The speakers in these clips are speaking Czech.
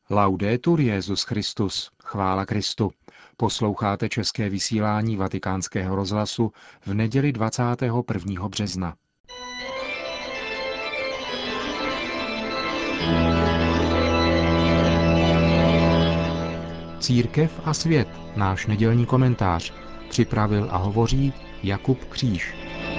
Laudetur Jesus Christus, chvála Kristu. Posloucháte české vysílání Vatikánského rozhlasu v neděli 21. března. Církev a svět, náš nedělní komentář, připravil a hovoří Jakub Kříž.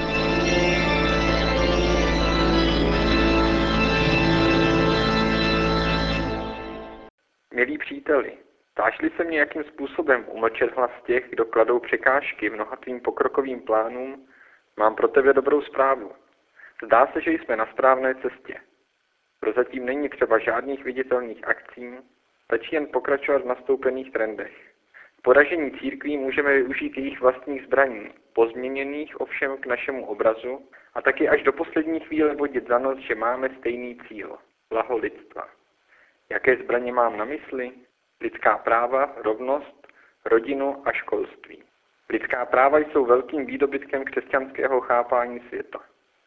Milí příteli, ptáš-li se mě, jakým způsobem umlčet hlas těch, kdo kladou překážky mnoha tvým pokrokovým plánům, mám pro tebe dobrou zprávu. Zdá se, že jsme na správné cestě. Prozatím není třeba žádných viditelných akcí, stačí jen pokračovat v nastoupených trendech. K poražení církví můžeme využít jejich vlastních zbraní, pozměněných ovšem k našemu obrazu, a taky až do poslední chvíle vodit za nos, že máme stejný cíl – blaho lidstva. Jaké zbraně mám na mysli? Lidská práva, rovnost, rodinu a školství. Lidská práva jsou velkým výdobytkem křesťanského chápání světa.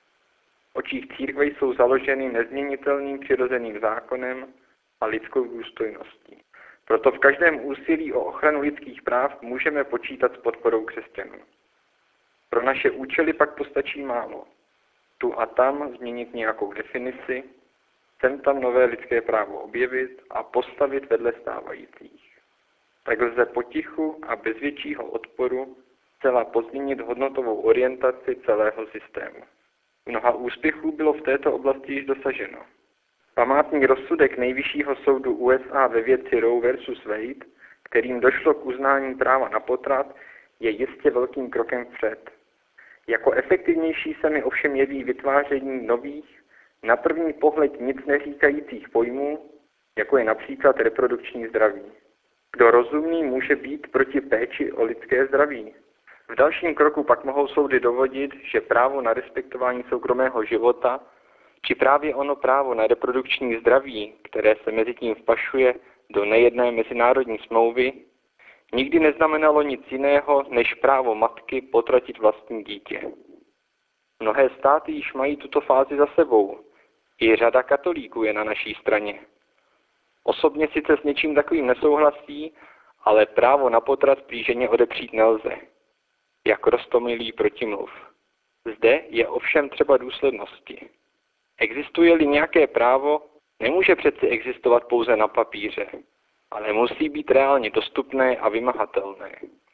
V očích církve jsou založeny nezměnitelným přirozeným zákonem a lidskou důstojností. Proto v každém úsilí o ochranu lidských práv můžeme počítat s podporou křesťanů. Pro naše účely pak postačí málo. Tu a tam změnit nějakou definici, sem tam nové lidské právo objevit a postavit vedle stávajících. Tak lze potichu a bez většího odporu zcela pozměnit hodnotovou orientaci celého systému. Mnoha úspěchů bylo v této oblasti již dosaženo. Památný rozsudek Nejvyššího soudu USA ve věci Roe versus Wade, kterým došlo k uznání práva na potrat, je jistě velkým krokem vpřed. Jako efektivnější se mi ovšem jeví vytváření nových, na první pohled nic neříkajících pojmů, jako je například reprodukční zdraví. Kdo rozumný může být proti péči o lidské zdraví? V dalším kroku pak mohou soudy dovodit, že právo na respektování soukromého života, či právě ono právo na reprodukční zdraví, které se mezi tím vpašuje do nejedné mezinárodní smlouvy, nikdy neznamenalo nic jiného, než právo matky potratit vlastní dítě. Mnohé státy již mají tuto fázi za sebou. I řada katolíků je na naší straně. Osobně sice s něčím takovým nesouhlasí, ale právo na potrat plíženě odepřít nelze. Jak roztomilý protimluv. Zde je ovšem třeba důslednosti. Existuje-li nějaké právo, nemůže přeci existovat pouze na papíře, ale musí být reálně dostupné a vymahatelné.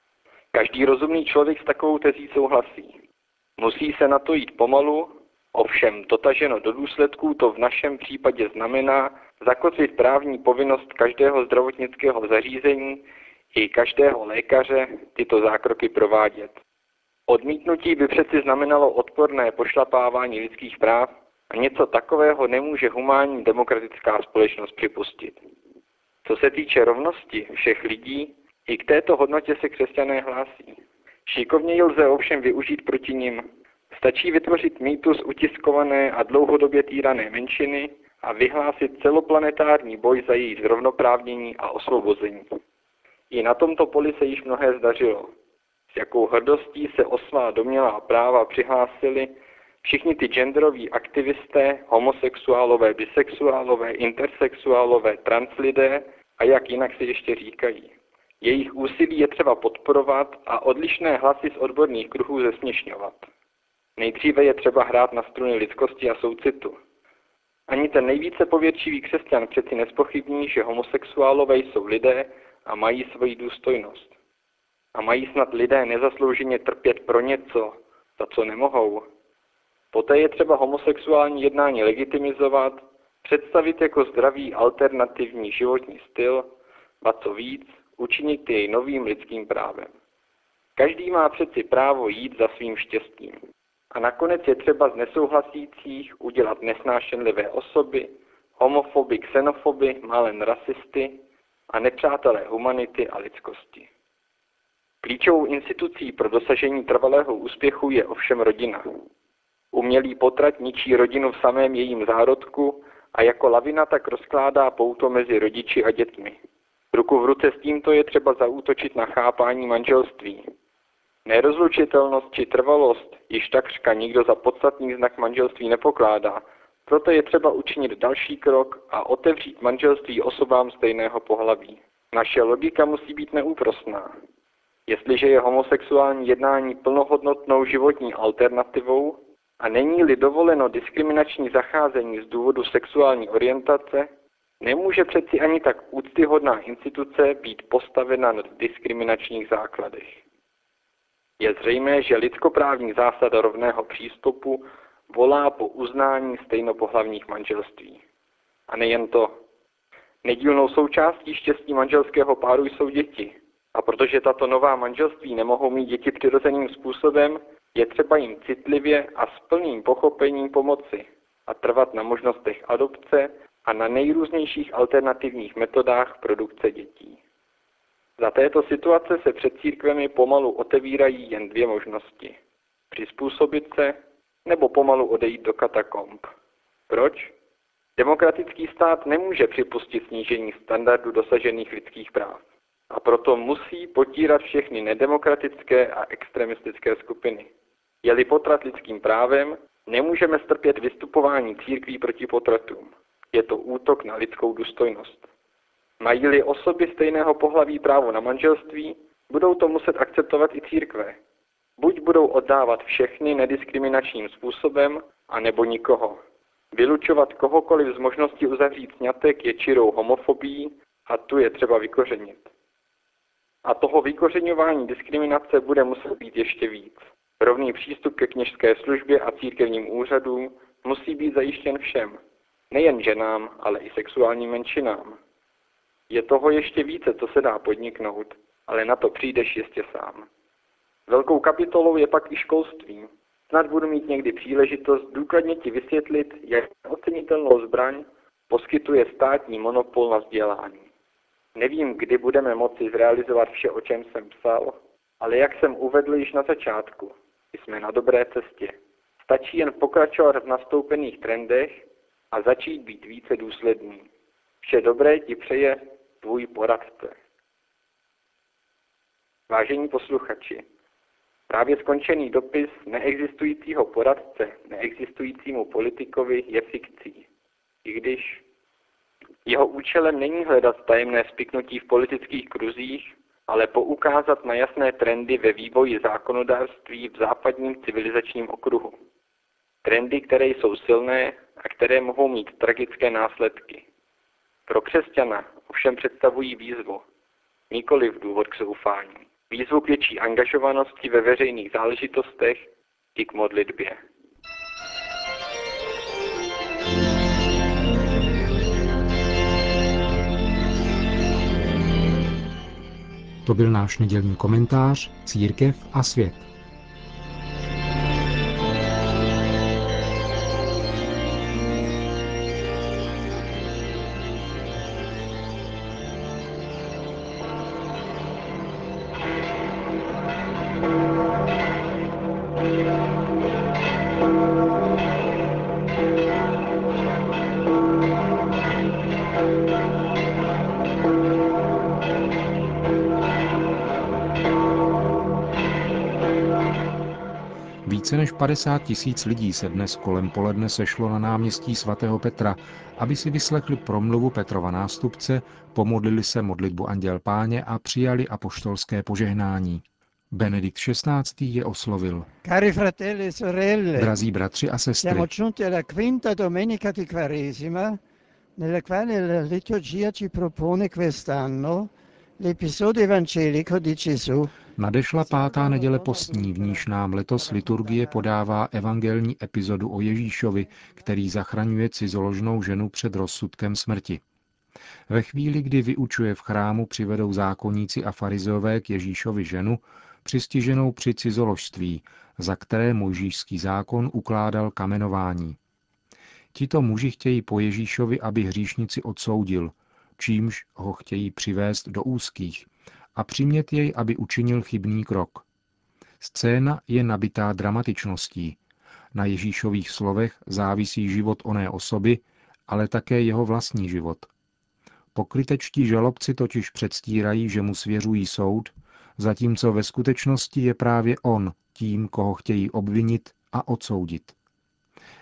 Každý rozumný člověk s takovou tezí souhlasí. Musí se na to jít pomalu, ovšem dotaženo do důsledků to v našem případě znamená zakotvit právní povinnost každého zdravotnického zařízení i každého lékaře tyto zákroky provádět. Odmítnutí by přeci znamenalo odporné pošlapávání lidských práv a něco takového nemůže humánní demokratická společnost připustit. Co se týče rovnosti všech lidí, i k této hodnotě se křesťané hlásí. Šikovněji lze ovšem využít proti nim. Stačí vytvořit mýtus utiskované a dlouhodobě týrané menšiny a vyhlásit celoplanetární boj za její zrovnoprávnění a osvobození. I na tomto poli se již mnohé zdařilo. S jakou hrdostí se o svá domnělá práva přihlásili všichni ty genderoví aktivisté, homosexuálové, bisexuálové, intersexuálové, translidé a jak jinak se ještě říkají. Jejich úsilí je třeba podporovat a odlišné hlasy z odborných kruhů zesměšňovat. Nejdříve je třeba hrát na struny lidskosti a soucitu. Ani ten nejvíce pověrčivý křesťan přeci nespochybní, že homosexuálové jsou lidé a mají svoji důstojnost. A mají snad lidé nezaslouženě trpět pro něco, za co nemohou. Poté je třeba homosexuální jednání legitimizovat, představit jako zdravý alternativní životní styl, a co víc, učinit jej novým lidským právem. Každý má přeci právo jít za svým štěstím. A nakonec je třeba z nesouhlasících udělat nesnášenlivé osoby, homofoby, xenofoby, málem rasisty a nepřátelé humanity a lidskosti. Klíčovou institucí pro dosažení trvalého úspěchu je ovšem rodina. Umělý potrat ničí rodinu v samém jejím zárodku a jako lavina tak rozkládá pouto mezi rodiči a dětmi. Ruku v ruce s tímto je třeba zaútočit na chápání manželství. Nerozlučitelnost či trvalost již takřka nikdo za podstatný znak manželství nepokládá, Proto je třeba učinit další krok a otevřít manželství osobám stejného pohlaví. Naše logika musí být neúprosná. Jestliže je homosexuální jednání plnohodnotnou životní alternativou a není-li dovoleno diskriminační zacházení z důvodu sexuální orientace, nemůže přeci ani tak úctyhodná instituce být postavena na diskriminačních základech. Je zřejmé, že lidskoprávní zásada rovného přístupu volá po uznání stejnopohlavních manželství. A nejen to. Nedílnou součástí štěstí manželského páru jsou děti. A protože tato nová manželství nemohou mít děti přirozeným způsobem, je třeba jim citlivě a s plným pochopením pomoci a trvat na možnostech adopce a na nejrůznějších alternativních metodách produkce dětí. Za této situace se před církvemi pomalu otevírají jen dvě možnosti. Přizpůsobit se nebo pomalu odejít do katakomb. Proč? Demokratický stát nemůže připustit snížení standardu dosažených lidských práv. A proto musí potírat všechny nedemokratické a extremistické skupiny. Je-li potrat lidským právem, nemůžeme strpět vystupování církví proti potratům. Je to útok na lidskou důstojnost. Mají-li osoby stejného pohlaví právo na manželství, budou to muset akceptovat i církve. Buď budou oddávat všechny nediskriminačním způsobem, anebo nikoho. Vylučovat kohokoliv z možnosti uzavřít sňatek je čirou homofobií a tu je třeba vykořenit. A toho vykořeňování diskriminace bude muset být ještě víc. Rovný přístup ke kněžské službě a církevním úřadům musí být zajištěn všem. Nejen ženám, ale i sexuálním menšinám. Je toho ještě více, co se dá podniknout, ale na to přijdeš jistě sám. Velkou kapitolou je pak i školství. Snad budu mít někdy příležitost důkladně ti vysvětlit, jak ocenitelnou zbraň poskytuje státní monopol na vzdělání. Nevím, kdy budeme moci zrealizovat vše, o čem jsem psal, ale jak jsem uvedl již na začátku, jsme na dobré cestě. Stačí jen pokračovat v nastoupených trendech a začít být více důsledný. Vše dobré ti přeje tvůj poradce. Vážení posluchači, právě skončený dopis neexistujícího poradce neexistujícímu politikovi je fikcí. I když jeho účelem není hledat tajemné spiknutí v politických kruzích, ale poukázat na jasné trendy ve vývoji zákonodárství v západním civilizačním okruhu. Trendy, které jsou silné a které mohou mít tragické následky. Pro křesťana ovšem představují výzvu, nikoliv důvod k zoufání. Výzvu k větší angažovanosti ve veřejných záležitostech i k modlitbě. To byl náš nedělní komentář Církev a svět. Více než 50 000 lidí se dnes kolem poledne sešlo na náměstí svatého Petra, aby si vyslechli promluvu Petrova nástupce, pomodlili se modlitbu Anděl Páně a přijali apoštolské požehnání. Benedikt XVI. Je oslovil. Cari fratelli e sorelle, Drazí bratři a sestry, siamo giunti alla quinta domenica di Quaresima, nella quale la liturgia ci propone quest'anno l'episodio evangelico di Gesù. nadešla 5. neděle postní, v níž nám letos liturgie podává evangelní epizodu o Ježíšovi, který zachraňuje cizoložnou ženu před rozsudkem smrti. Ve chvíli, kdy vyučuje v chrámu, přivedou zákonníci a farizeové k Ježíšovi ženu, přistiženou při cizoložství, za které mojžíšský zákon ukládal kamenování. Tito muži chtějí po Ježíšovi, aby hříšnici odsoudil, čímž ho chtějí přivést do úzkých a přimět jej, aby učinil chybný krok. Scéna je nabitá dramatičností. Na Ježíšových slovech závisí život oné osoby, ale také jeho vlastní život. Pokrytečtí žalobci totiž předstírají, že mu svěřují soud, zatímco ve skutečnosti je právě on tím, koho chtějí obvinit a odsoudit.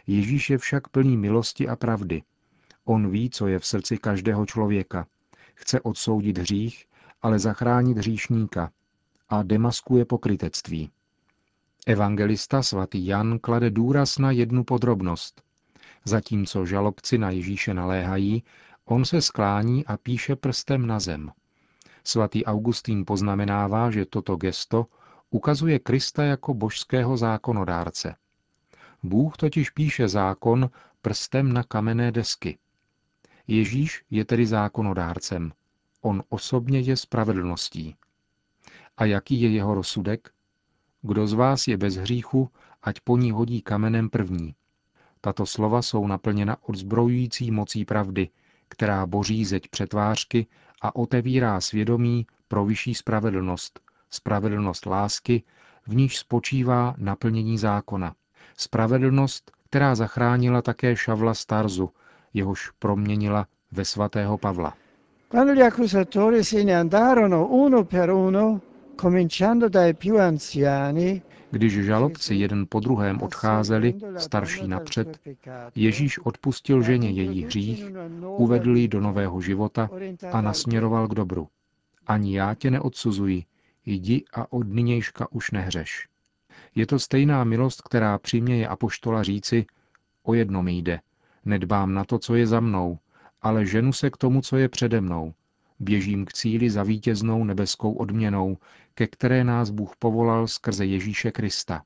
Ježíš je však plný milosti a pravdy. On ví, co je v srdci každého člověka. Chce odsoudit hřích, ale zachránit hříšníka a demaskuje pokrytectví. Evangelista svatý Jan klade důraz na jednu podrobnost. Zatímco žalobci na Ježíše naléhají, on se sklání a píše prstem na zem. Svatý Augustín poznamenává, že toto gesto ukazuje Krista jako božského zákonodárce. Bůh totiž píše zákon prstem na kamenné desky. Ježíš je tedy zákonodárcem. On osobně je spravedlností. A jaký je jeho rozsudek? Kdo z vás je bez hříchu, ať po ní hodí kamenem první. Tato slova jsou naplněna odzbrojující mocí pravdy, která boří zeď přetvářky a otevírá svědomí pro vyšší spravedlnost, spravedlnost lásky, v níž spočívá naplnění zákona. Spravedlnost, která zachránila také Šavla z Tarzu, jehož proměnila ve svatého Pavla. Quando gli accusatori se ne andarono uno per uno, cominciando dai più anziani, Když žalobci jeden po druhém odcházeli, starší napřed, Ježíš odpustil ženě její hřích, uvedl ji do nového života a nasměroval k dobru. Ani já tě neodsuzuji, jdi a od nynějška už nehřeš. Je to stejná milost, která přiměje apoštola říci, o jedno mi jde, nedbám na to, co je za mnou, ale ženu se k tomu, co je přede mnou. Běžím k cíli za vítěznou nebeskou odměnou, ke které nás Bůh povolal skrze Ježíše Krista.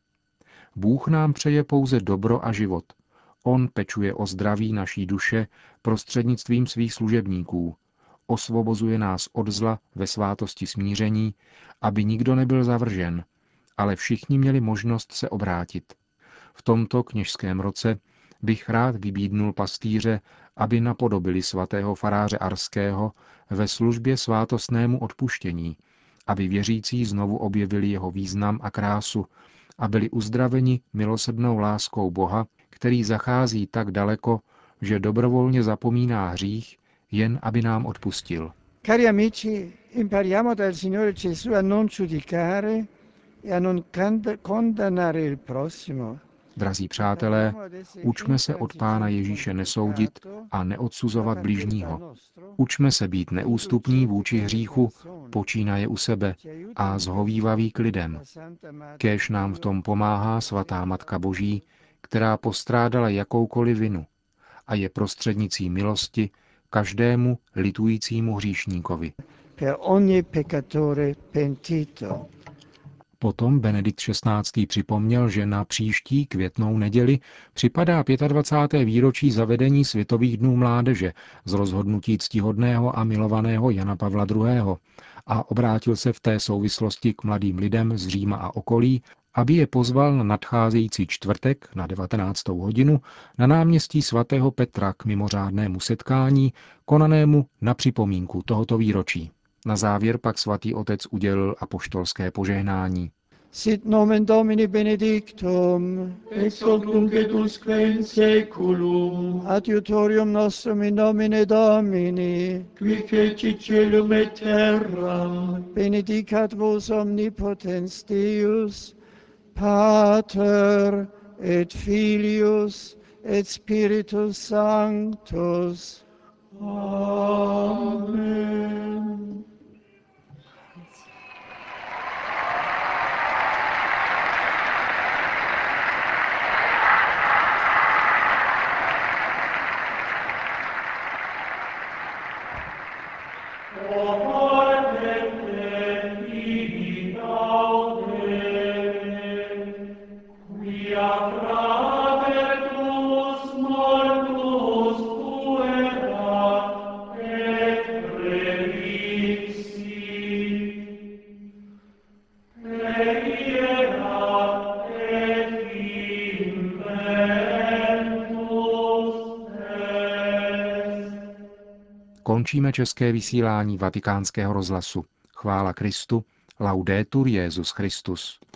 Bůh nám přeje pouze dobro a život. On pečuje o zdraví naší duše prostřednictvím svých služebníků. Osvobozuje nás od zla ve svátosti smíření, aby nikdo nebyl zavržen, ale všichni měli možnost se obrátit. V tomto kněžském roce bych rád vybídnul pastýře, aby napodobili svatého faráře Arského ve službě svátostnému odpuštění, aby věřící znovu objevili jeho význam a krásu a byli uzdraveni milosrdnou láskou Boha, který zachází tak daleko, že dobrovolně zapomíná hřích, jen aby nám odpustil. Cari amici, impariamo dal Signore Gesù a non giudicare e a non condannare il prossimo. Drazí přátelé, učme se od Pána Ježíše nesoudit a neodsuzovat bližního. Učme se být neústupní vůči hříchu, počínaje u sebe a zhovívavý k lidem. Kéž nám v tom pomáhá svatá Matka Boží, která postrádala jakoukoliv vinu a je prostřednicí milosti každému litujícímu hříšníkovi. Per ogni peccatore pentito. Potom Benedikt XVI. Připomněl, že na příští květnou neděli připadá 25. výročí zavedení Světových dnů mládeže z rozhodnutí ctihodného a milovaného Jana Pavla II. A obrátil se v té souvislosti k mladým lidem z Říma a okolí, aby je pozval na nadcházející čtvrtek na 19. hodinu na náměstí svatého Petra k mimořádnému setkání, konanému na připomínku tohoto výročí. Na závěr pak svatý otec udělil apoštolské požehnání. Sit nomen Domini benedictum, ex hoc nunc et usque in saeculum, adiutorium nostrum in nomine Domini, qui feci caelum et terram, benedicat vos omnipotens Deus, Pater et Filius et Spiritus Sanctus. Amen. Končíme české vysílání Vatikánského rozhlasu. Chvála Kristu, laudetur Jesus Christus.